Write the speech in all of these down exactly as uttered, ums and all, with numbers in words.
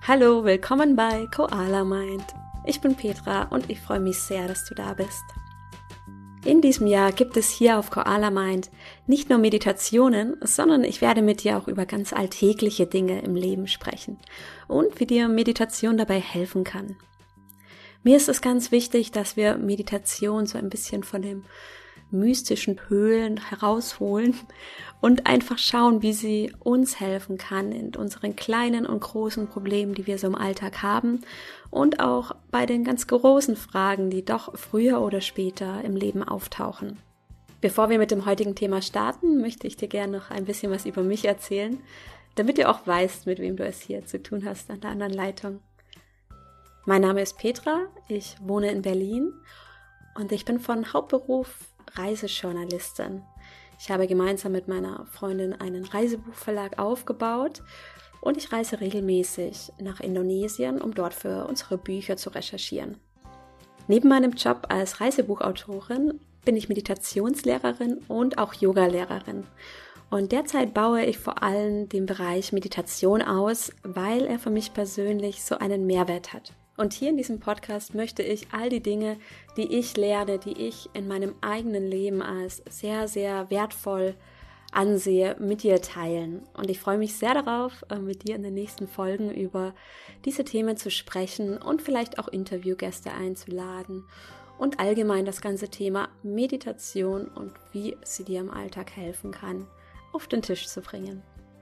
Hallo, willkommen bei Koala Mind. Ich bin Petra und ich freue mich sehr, dass du da bist. In diesem Jahr gibt es hier auf Koala Mind nicht nur Meditationen, sondern ich werde mit dir auch über ganz alltägliche Dinge im Leben sprechen und wie dir Meditation dabei helfen kann. Mir ist es ganz wichtig, dass wir Meditation so ein bisschen von dem mystischen Höhlen herausholen und einfach schauen, wie sie uns helfen kann in unseren kleinen und großen Problemen, die wir so im Alltag haben und auch bei den ganz großen Fragen, die doch früher oder später im Leben auftauchen. Bevor wir mit dem heutigen Thema starten, möchte ich dir gerne noch ein bisschen was über mich erzählen, damit du auch weißt, mit wem du es hier zu tun hast an der anderen Leitung. Mein Name ist Petra, ich wohne in Berlin und ich bin von Hauptberuf Reisejournalistin. Ich habe gemeinsam mit meiner Freundin einen Reisebuchverlag aufgebaut und ich reise regelmäßig nach Indonesien, um dort für unsere Bücher zu recherchieren. Neben meinem Job als Reisebuchautorin bin ich Meditationslehrerin und auch Yogalehrerin. Und derzeit baue ich vor allem den Bereich Meditation aus, weil er für mich persönlich so einen Mehrwert hat. Und hier in diesem Podcast möchte ich all die Dinge, die ich lerne, die ich in meinem eigenen Leben als sehr, sehr wertvoll ansehe, mit dir teilen. Und ich freue mich sehr darauf, mit dir in den nächsten Folgen über diese Themen zu sprechen und vielleicht auch Interviewgäste einzuladen und allgemein das ganze Thema Meditation und wie sie dir im Alltag helfen kann, auf den Tisch zu bringen.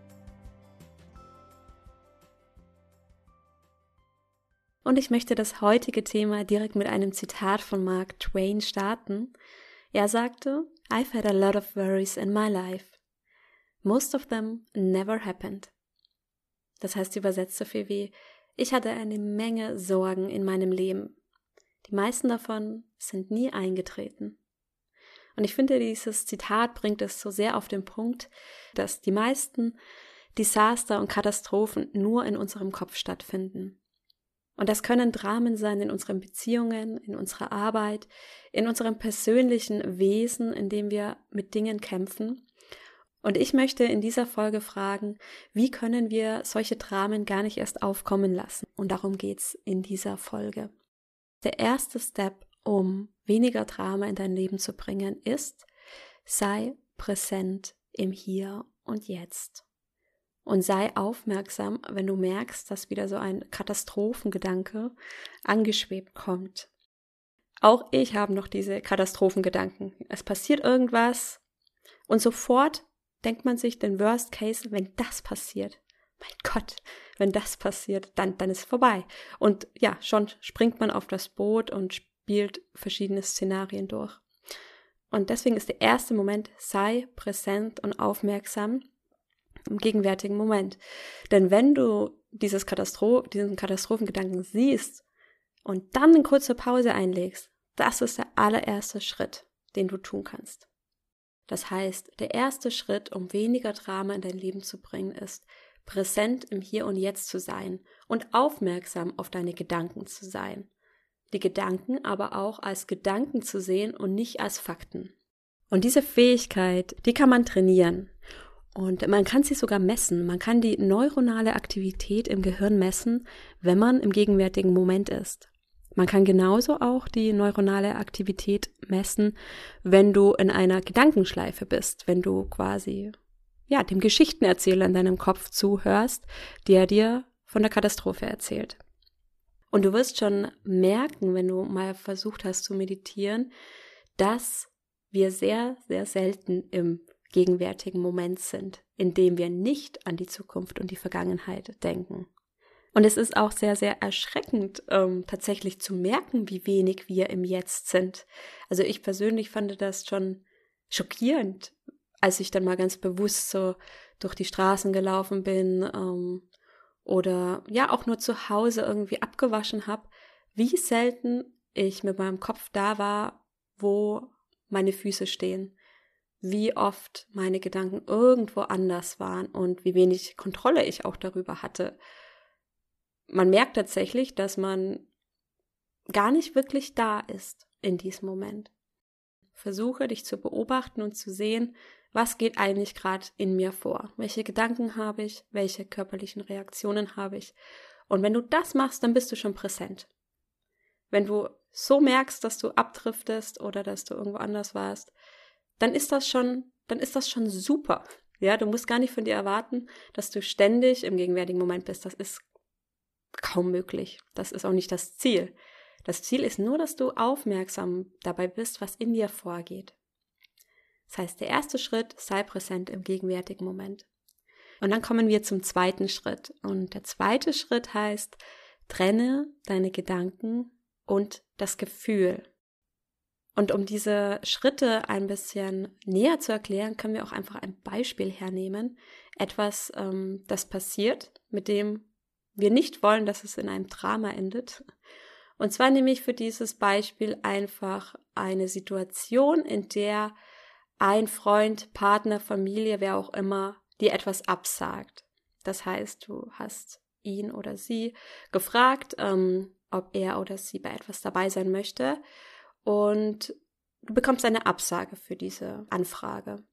Und ich möchte das heutige Thema direkt mit einem Zitat von Mark Twain starten. Er sagte, I've had a lot of worries in my life. Most of them never happened. Das heißt übersetzt so viel wie, ich hatte eine Menge Sorgen in meinem Leben. Die meisten davon sind nie eingetreten. Und ich finde, dieses Zitat bringt es so sehr auf den Punkt, dass die meisten Desaster und Katastrophen nur in unserem Kopf stattfinden. Und das können Dramen sein in unseren Beziehungen, in unserer Arbeit, in unserem persönlichen Wesen, in dem wir mit Dingen kämpfen. Und ich möchte in dieser Folge fragen, wie können wir solche Dramen gar nicht erst aufkommen lassen? Und darum geht's in dieser Folge. Der erste Step, um weniger Drama in dein Leben zu bringen, ist, sei präsent im Hier und Jetzt. Und sei aufmerksam, wenn du merkst, dass wieder so ein Katastrophengedanke angeschwebt kommt. Auch ich habe noch diese Katastrophengedanken. Es passiert irgendwas und sofort denkt man sich den Worst Case, wenn das passiert. Mein Gott, wenn das passiert, dann, dann ist es vorbei. Und ja, schon springt man auf das Boot und spielt verschiedene Szenarien durch. Und deswegen ist der erste Moment, sei präsent und aufmerksam im gegenwärtigen Moment. Denn wenn du dieses Katastro- diesen Katastrophengedanken siehst und dann eine kurze Pause einlegst, das ist der allererste Schritt, den du tun kannst. Das heißt, der erste Schritt, um weniger Drama in dein Leben zu bringen, ist, präsent im Hier und Jetzt zu sein und aufmerksam auf deine Gedanken zu sein. Die Gedanken aber auch als Gedanken zu sehen und nicht als Fakten. Und diese Fähigkeit, die kann man trainieren. Und man kann sie sogar messen. Man kann die neuronale Aktivität im Gehirn messen, wenn man im gegenwärtigen Moment ist. Man kann genauso auch die neuronale Aktivität messen, wenn du in einer Gedankenschleife bist, wenn du quasi ja, dem Geschichtenerzähler in deinem Kopf zuhörst, der dir von der Katastrophe erzählt. Und du wirst schon merken, wenn du mal versucht hast zu meditieren, dass wir sehr, sehr selten im gegenwärtigen Moment sind, in dem wir nicht an die Zukunft und die Vergangenheit denken. Und es ist auch sehr, sehr erschreckend, ähm, tatsächlich zu merken, wie wenig wir im Jetzt sind. Also ich persönlich fand das schon schockierend, als ich dann mal ganz bewusst so durch die Straßen gelaufen bin ähm, oder ja auch nur zu Hause irgendwie abgewaschen habe, wie selten ich mit meinem Kopf da war, wo meine Füße stehen. Wie oft meine Gedanken irgendwo anders waren und wie wenig Kontrolle ich auch darüber hatte. Man merkt tatsächlich, dass man gar nicht wirklich da ist in diesem Moment. Versuche, dich zu beobachten und zu sehen, was geht eigentlich gerade in mir vor? Welche Gedanken habe ich? Welche körperlichen Reaktionen habe ich? Und wenn du das machst, dann bist du schon präsent. Wenn du so merkst, dass du abdriftest oder dass du irgendwo anders warst, dann ist das schon, dann ist das schon super. Ja, du musst gar nicht von dir erwarten, dass du ständig im gegenwärtigen Moment bist. Das ist kaum möglich. Das ist auch nicht das Ziel. Das Ziel ist nur, dass du aufmerksam dabei bist, was in dir vorgeht. Das heißt, der erste Schritt, sei präsent im gegenwärtigen Moment. Und dann kommen wir zum zweiten Schritt. Und der zweite Schritt heißt, trenne deine Gedanken und das Gefühl. Und um diese Schritte ein bisschen näher zu erklären, können wir auch einfach ein Beispiel hernehmen. Etwas, ähm, das passiert, mit dem wir nicht wollen, dass es in einem Drama endet. Und zwar nehme ich für dieses Beispiel einfach eine Situation, in der ein Freund, Partner, Familie, wer auch immer, dir etwas absagt. Das heißt, du hast ihn oder sie gefragt, ähm, ob er oder sie bei etwas dabei sein möchte und du bekommst eine Absage für diese Anfrage.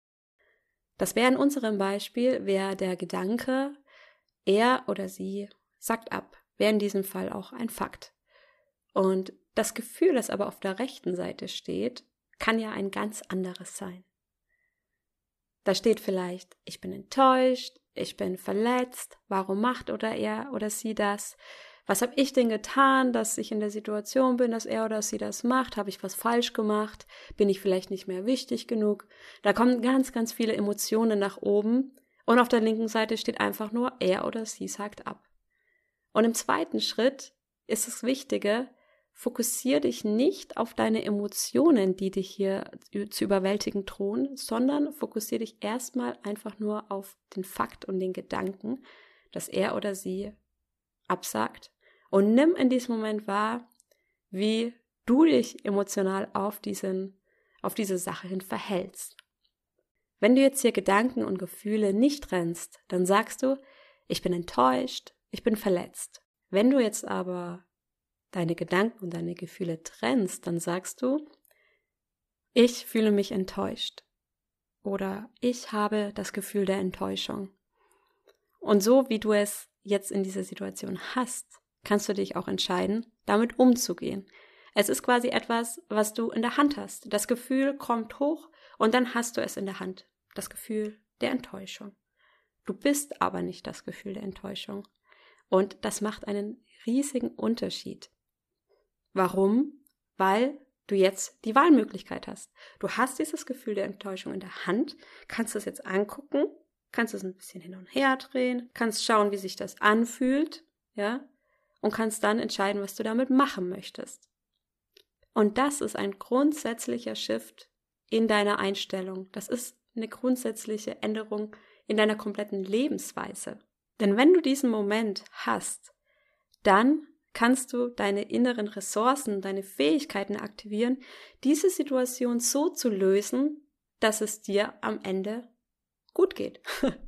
Das wäre in unserem Beispiel, wäre der Gedanke, er oder sie sagt ab, wäre in diesem Fall auch ein Fakt. Und das Gefühl, das aber auf der rechten Seite steht, kann ja ein ganz anderes sein. Da steht vielleicht, ich bin enttäuscht, ich bin verletzt, warum macht oder er oder sie das? Was habe ich denn getan, dass ich in der Situation bin, dass er oder sie das macht? Habe ich was falsch gemacht? Bin ich vielleicht nicht mehr wichtig genug? Da kommen ganz, ganz viele Emotionen nach oben und auf der linken Seite steht einfach nur, er oder sie sagt ab. Und im zweiten Schritt ist das Wichtige, fokussiere dich nicht auf deine Emotionen, die dich hier zu überwältigen drohen, sondern fokussiere dich erstmal einfach nur auf den Fakt und den Gedanken, dass er oder sie absagt. Und nimm in diesem Moment wahr, wie du dich emotional auf diesen, auf diese Sache hin verhältst. Wenn du jetzt hier Gedanken und Gefühle nicht trennst, dann sagst du, ich bin enttäuscht, ich bin verletzt. Wenn du jetzt aber deine Gedanken und deine Gefühle trennst, dann sagst du, ich fühle mich enttäuscht oder ich habe das Gefühl der Enttäuschung. Und so wie du es jetzt in dieser Situation hast, kannst du dich auch entscheiden, damit umzugehen. Es ist quasi etwas, was du in der Hand hast. Das Gefühl kommt hoch und dann hast du es in der Hand. Das Gefühl der Enttäuschung. Du bist aber nicht das Gefühl der Enttäuschung. Und das macht einen riesigen Unterschied. Warum? Weil du jetzt die Wahlmöglichkeit hast. Du hast dieses Gefühl der Enttäuschung in der Hand, kannst es jetzt angucken, kannst es ein bisschen hin und her drehen, kannst schauen, wie sich das anfühlt, ja, und kannst dann entscheiden, was du damit machen möchtest. Und das ist ein grundsätzlicher Shift in deiner Einstellung. Das ist eine grundsätzliche Änderung in deiner kompletten Lebensweise. Denn wenn du diesen Moment hast, dann kannst du deine inneren Ressourcen, deine Fähigkeiten aktivieren, diese Situation so zu lösen, dass es dir am Ende gut geht.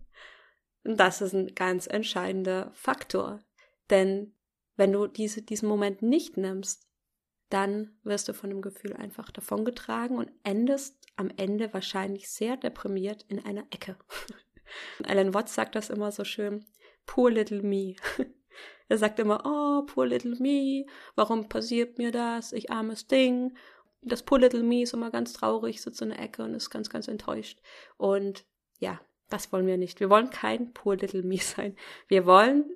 Und das ist ein ganz entscheidender Faktor. Denn wenn du diese, diesen Moment nicht nimmst, dann wirst du von dem Gefühl einfach davongetragen und endest am Ende wahrscheinlich sehr deprimiert in einer Ecke. Alan Watts sagt das immer so schön, poor little me. Er sagt immer, oh, poor little me, warum passiert mir das, ich armes Ding. Das poor little me ist immer ganz traurig, sitzt in der Ecke und ist ganz, ganz enttäuscht. Und ja, das wollen wir nicht. Wir wollen kein poor little me sein. Wir wollen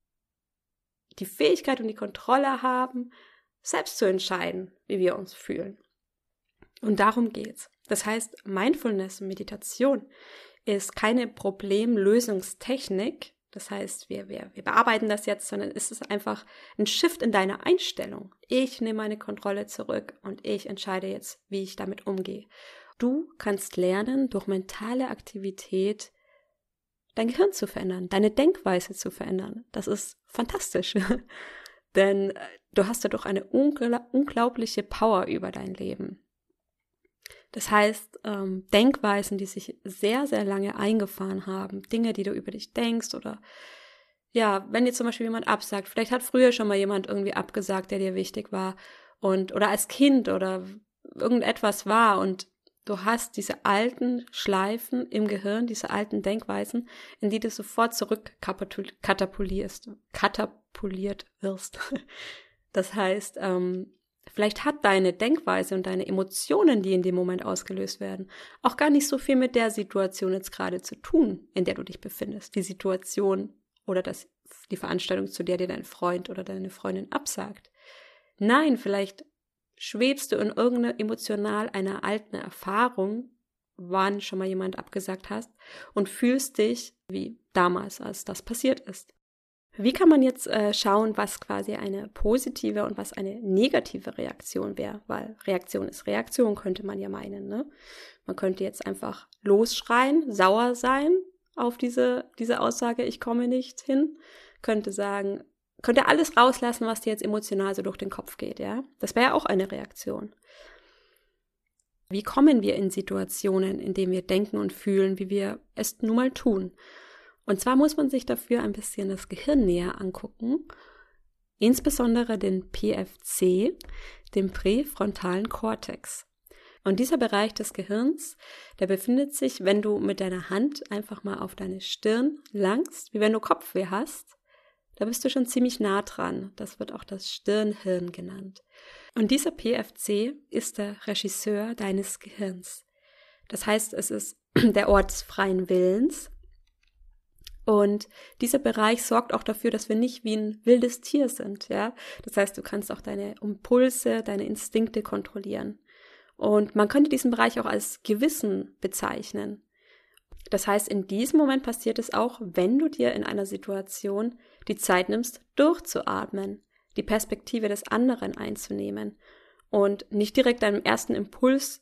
die Fähigkeit und die Kontrolle haben, selbst zu entscheiden, wie wir uns fühlen. Und darum geht's. Das heißt, Mindfulness, Meditation ist keine Problemlösungstechnik. Das heißt, wir, wir, wir bearbeiten das jetzt, sondern es ist einfach ein Shift in deiner Einstellung. Ich nehme meine Kontrolle zurück und ich entscheide jetzt, wie ich damit umgehe. Du kannst lernen, durch mentale Aktivität dein Gehirn zu verändern, deine Denkweise zu verändern. Das ist fantastisch, denn du hast dadurch eine ungl- unglaubliche Power über dein Leben. Das heißt, ähm, Denkweisen, die sich sehr, sehr lange eingefahren haben, Dinge, die du über dich denkst oder ja, wenn dir zum Beispiel jemand absagt, vielleicht hat früher schon mal jemand irgendwie abgesagt, der dir wichtig war und oder als Kind oder irgendetwas war und Du hast diese alten Schleifen im Gehirn, diese alten Denkweisen, in die du sofort zurückkatapulierst, katapuliert wirst. Das heißt, ähm, vielleicht hat deine Denkweise und deine Emotionen, die in dem Moment ausgelöst werden, auch gar nicht so viel mit der Situation jetzt gerade zu tun, in der du dich befindest. Die Situation oder das, die Veranstaltung, zu der dir dein Freund oder deine Freundin absagt. Nein, vielleicht schwebst du in irgendeiner emotional einer alten Erfahrung, wann schon mal jemand abgesagt hast, und fühlst dich wie damals, als das passiert ist. Wie kann man jetzt äh, schauen, was quasi eine positive und was eine negative Reaktion wäre? Weil Reaktion ist Reaktion, könnte man ja meinen, ne? Man könnte jetzt einfach losschreien, sauer sein auf diese, diese Aussage, ich komme nicht hin, könnte sagen, könnte alles rauslassen, was dir jetzt emotional so durch den Kopf geht, ja? Das wäre ja auch eine Reaktion. Wie kommen wir in Situationen, in denen wir denken und fühlen, wie wir es nun mal tun? Und zwar muss man sich dafür ein bisschen das Gehirn näher angucken, insbesondere den P F C, den präfrontalen Kortex. Und dieser Bereich des Gehirns, der befindet sich, wenn du mit deiner Hand einfach mal auf deine Stirn langst, wie wenn du Kopfweh hast, da bist du schon ziemlich nah dran. Das wird auch das Stirnhirn genannt. Und dieser P F C ist der Regisseur deines Gehirns. Das heißt, es ist der Ort des freien Willens. Und dieser Bereich sorgt auch dafür, dass wir nicht wie ein wildes Tier sind, ja. Das heißt, du kannst auch deine Impulse, deine Instinkte kontrollieren. Und man könnte diesen Bereich auch als Gewissen bezeichnen. Das heißt, in diesem Moment passiert es auch, wenn du dir in einer Situation die Zeit nimmst, durchzuatmen, die Perspektive des anderen einzunehmen und nicht direkt deinem ersten Impuls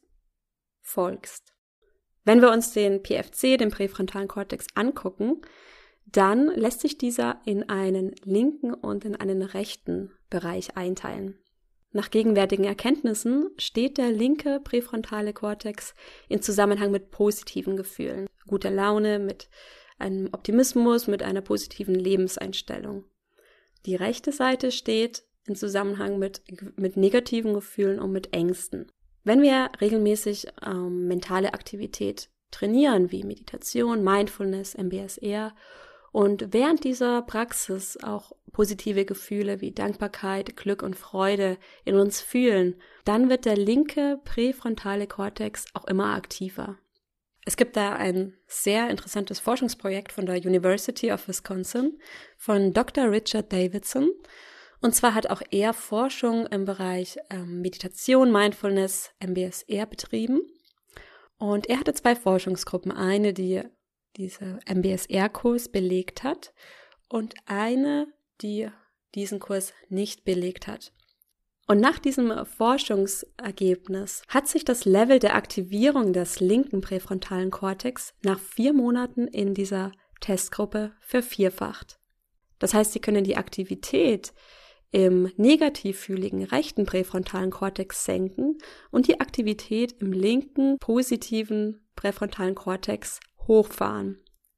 folgst. Wenn wir uns den P F C, den präfrontalen Kortex, angucken, dann lässt sich dieser in einen linken und in einen rechten Bereich einteilen. Nach gegenwärtigen Erkenntnissen steht der linke präfrontale Kortex in Zusammenhang mit positiven Gefühlen, guter Laune, mit einem Optimismus, mit einer positiven Lebenseinstellung. Die rechte Seite steht in Zusammenhang mit, mit negativen Gefühlen und mit Ängsten. Wenn wir regelmäßig ähm, mentale Aktivität trainieren, wie Meditation, Mindfulness, M B S R, und während dieser Praxis auch positive Gefühle wie Dankbarkeit, Glück und Freude in uns fühlen, dann wird der linke präfrontale Kortex auch immer aktiver. Es gibt da ein sehr interessantes Forschungsprojekt von der University of Wisconsin von Doktor Richard Davidson. Und zwar hat auch er Forschung im Bereich ähm, Meditation, Mindfulness, M B S R betrieben. Und er hatte zwei Forschungsgruppen, eine, die diese M B S R-Kurs belegt hat und eine, die diesen Kurs nicht belegt hat. Und nach diesem Forschungsergebnis hat sich das Level der Aktivierung des linken präfrontalen Kortex nach vier Monaten in dieser Testgruppe vervierfacht. Das heißt, sie können die Aktivität im negativfühligen rechten präfrontalen Kortex senken und die Aktivität im linken positiven präfrontalen Kortex hochfahren.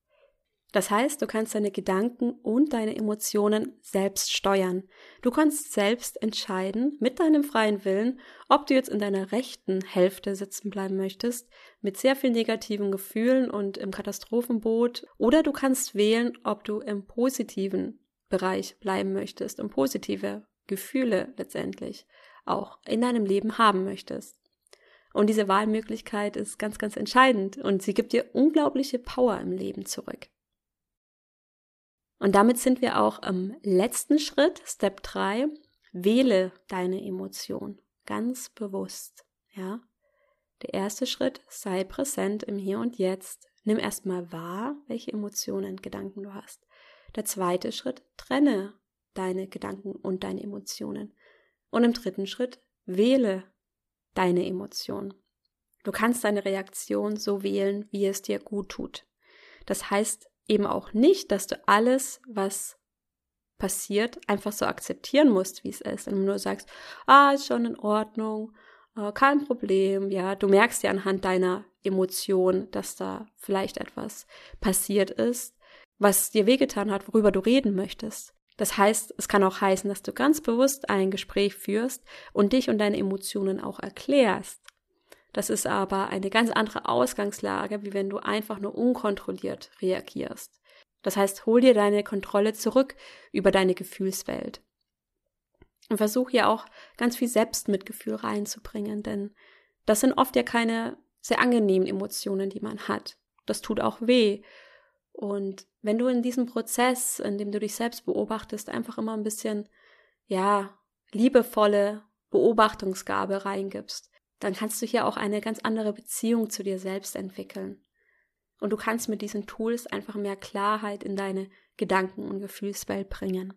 Das heißt, du kannst deine Gedanken und deine Emotionen selbst steuern. Du kannst selbst entscheiden, mit deinem freien Willen, ob du jetzt in deiner rechten Hälfte sitzen bleiben möchtest, mit sehr vielen negativen Gefühlen und im Katastrophenboot, oder du kannst wählen, ob du im positiven Bereich bleiben möchtest und positive Gefühle letztendlich auch in deinem Leben haben möchtest. Und diese Wahlmöglichkeit ist ganz, ganz entscheidend und sie gibt dir unglaubliche Power im Leben zurück. Und damit sind wir auch am letzten Schritt, Step drei, wähle deine Emotion ganz bewusst, ja. Der erste Schritt, sei präsent im Hier und Jetzt, nimm erstmal wahr, welche Emotionen, Gedanken du hast. Der zweite Schritt, trenne deine Gedanken und deine Emotionen. Und im dritten Schritt, wähle deine Emotion. Du kannst deine Reaktion so wählen, wie es dir gut tut. Das heißt eben auch nicht, dass du alles, was passiert, einfach so akzeptieren musst, wie es ist. Und nur sagst, ah, ist schon in Ordnung, äh, kein Problem, ja. Du merkst ja anhand deiner Emotion, dass da vielleicht etwas passiert ist, was dir wehgetan hat, worüber du reden möchtest. Das heißt, es kann auch heißen, dass du ganz bewusst ein Gespräch führst und dich und deine Emotionen auch erklärst. Das ist aber eine ganz andere Ausgangslage, wie wenn du einfach nur unkontrolliert reagierst. Das heißt, hol dir deine Kontrolle zurück über deine Gefühlswelt. Und versuch hier auch ganz viel Selbstmitgefühl reinzubringen, denn das sind oft ja keine sehr angenehmen Emotionen, die man hat. Das tut auch weh. Und wenn du in diesem Prozess, in dem du dich selbst beobachtest, einfach immer ein bisschen, ja, liebevolle Beobachtungsgabe reingibst, dann kannst du hier auch eine ganz andere Beziehung zu dir selbst entwickeln. Und du kannst mit diesen Tools einfach mehr Klarheit in deine Gedanken- und Gefühlswelt bringen.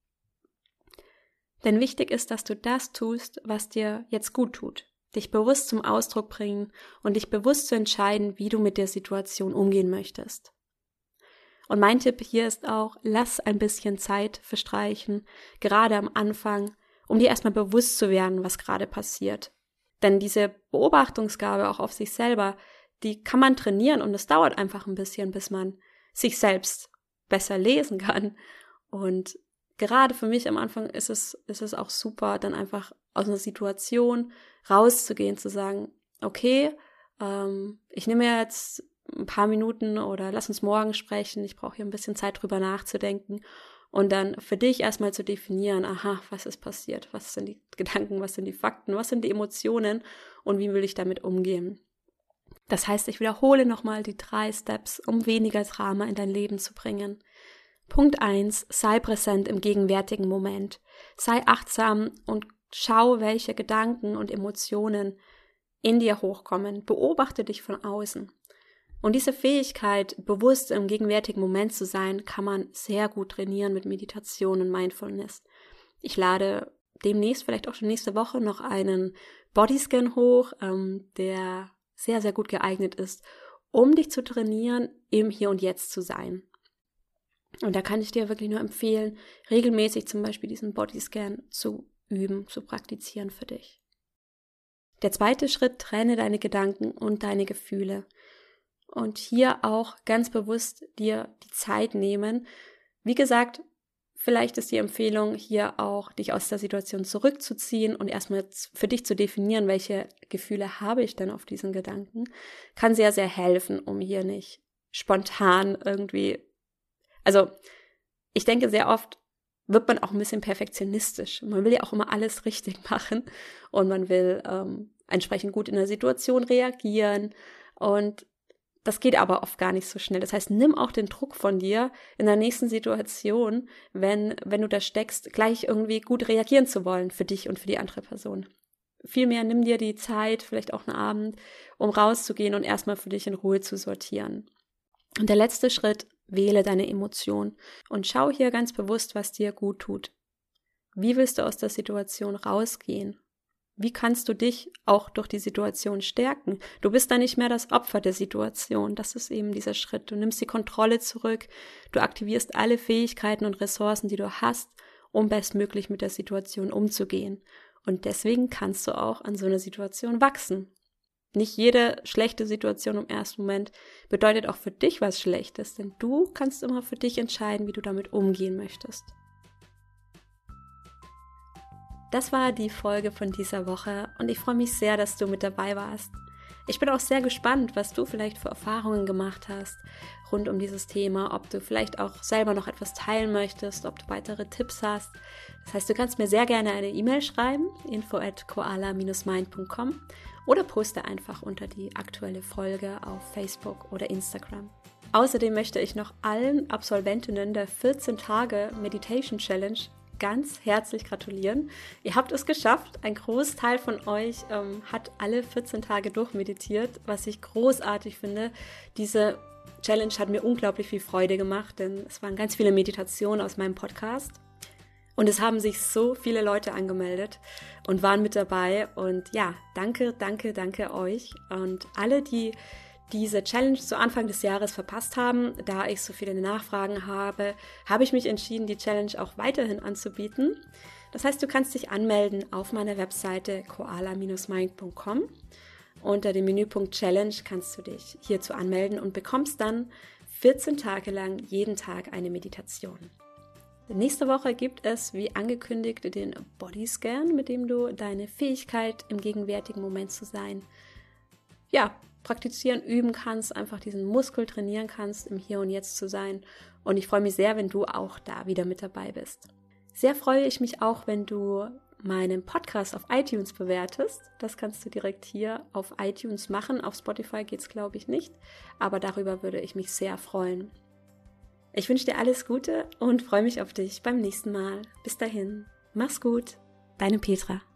Denn wichtig ist, dass du das tust, was dir jetzt gut tut. Dich bewusst zum Ausdruck bringen und dich bewusst zu entscheiden, wie du mit der Situation umgehen möchtest. Und mein Tipp hier ist auch, lass ein bisschen Zeit verstreichen, gerade am Anfang, um dir erstmal bewusst zu werden, was gerade passiert. Denn diese Beobachtungsgabe auch auf sich selber, die kann man trainieren und es dauert einfach ein bisschen, bis man sich selbst besser lesen kann. Und gerade für mich am Anfang ist es, ist es auch super, dann einfach aus einer Situation rauszugehen, zu sagen, okay, ähm, ich nehme jetzt ein paar Minuten oder lass uns morgen sprechen, ich brauche hier ein bisschen Zeit drüber nachzudenken und dann für dich erstmal zu definieren, aha, was ist passiert, was sind die Gedanken, was sind die Fakten, was sind die Emotionen und wie will ich damit umgehen. Das heißt, ich wiederhole nochmal die drei Steps, um weniger Drama in dein Leben zu bringen. Punkt eins, sei präsent im gegenwärtigen Moment. Sei achtsam und schau, welche Gedanken und Emotionen in dir hochkommen. Beobachte dich von außen. Und diese Fähigkeit, bewusst im gegenwärtigen Moment zu sein, kann man sehr gut trainieren mit Meditation und Mindfulness. Ich lade demnächst, vielleicht auch schon nächste Woche, noch einen Bodyscan hoch, ähm, der sehr, sehr gut geeignet ist, um dich zu trainieren, im Hier und Jetzt zu sein. Und da kann ich dir wirklich nur empfehlen, regelmäßig zum Beispiel diesen Bodyscan zu üben, zu praktizieren für dich. Der zweite Schritt, trenne deine Gedanken und deine Gefühle. Und hier auch ganz bewusst dir die Zeit nehmen. Wie gesagt, vielleicht ist die Empfehlung, hier auch dich aus der Situation zurückzuziehen und erstmal für dich zu definieren, welche Gefühle habe ich denn auf diesen Gedanken. Kann sehr, sehr helfen, um hier nicht spontan irgendwie, also ich denke, sehr oft wird man auch ein bisschen perfektionistisch. Man will ja auch immer alles richtig machen und man will ähm, entsprechend gut in der Situation reagieren und das geht aber oft gar nicht so schnell. Das heißt, nimm auch den Druck von dir, in der nächsten Situation, wenn, wenn du da steckst, gleich irgendwie gut reagieren zu wollen für dich und für die andere Person. Vielmehr nimm dir die Zeit, vielleicht auch einen Abend, um rauszugehen und erstmal für dich in Ruhe zu sortieren. Und der letzte Schritt, wähle deine Emotion und schau hier ganz bewusst, was dir gut tut. Wie willst du aus der Situation rausgehen? Wie kannst du dich auch durch die Situation stärken? Du bist dann nicht mehr das Opfer der Situation. Das ist eben dieser Schritt. Du nimmst die Kontrolle zurück. Du aktivierst alle Fähigkeiten und Ressourcen, die du hast, um bestmöglich mit der Situation umzugehen. Und deswegen kannst du auch an so einer Situation wachsen. Nicht jede schlechte Situation im ersten Moment bedeutet auch für dich was Schlechtes, denn du kannst immer für dich entscheiden, wie du damit umgehen möchtest. Das war die Folge von dieser Woche und ich freue mich sehr, dass du mit dabei warst. Ich bin auch sehr gespannt, was du vielleicht für Erfahrungen gemacht hast rund um dieses Thema, ob du vielleicht auch selber noch etwas teilen möchtest, ob du weitere Tipps hast. Das heißt, du kannst mir sehr gerne eine E-Mail schreiben, info at koala dash mind punkt com oder poste einfach unter die aktuelle Folge auf Facebook oder Instagram. Außerdem möchte ich noch allen Absolventinnen der vierzehn Tage Meditation Challenge ganz herzlich gratulieren. Ihr habt es geschafft. Ein Großteil von euch ähm, hat alle vierzehn Tage durchmeditiert, was ich großartig finde. Diese Challenge hat mir unglaublich viel Freude gemacht, denn es waren ganz viele Meditationen aus meinem Podcast. Und es haben sich so viele Leute angemeldet und waren mit dabei. Und ja, danke, danke, danke euch. Und alle, die diese Challenge zu Anfang des Jahres verpasst haben, da ich so viele Nachfragen habe, habe ich mich entschieden, die Challenge auch weiterhin anzubieten. Das heißt, du kannst dich anmelden auf meiner Webseite koala dash mind punkt com. Unter dem Menüpunkt Challenge kannst du dich hierzu anmelden und bekommst dann vierzehn Tage lang jeden Tag eine Meditation. Nächste Woche gibt es, wie angekündigt, den Bodyscan, mit dem du deine Fähigkeit, im gegenwärtigen Moment zu sein, ja, praktizieren, üben kannst, einfach diesen Muskel trainieren kannst, im Hier und Jetzt zu sein. Und ich freue mich sehr, wenn du auch da wieder mit dabei bist. Sehr freue ich mich auch, wenn du meinen Podcast auf iTunes bewertest. Das kannst du direkt hier auf iTunes machen. Auf Spotify geht es, glaube ich, nicht. Aber darüber würde ich mich sehr freuen. Ich wünsche dir alles Gute und freue mich auf dich beim nächsten Mal. Bis dahin, mach's gut. Deine Petra.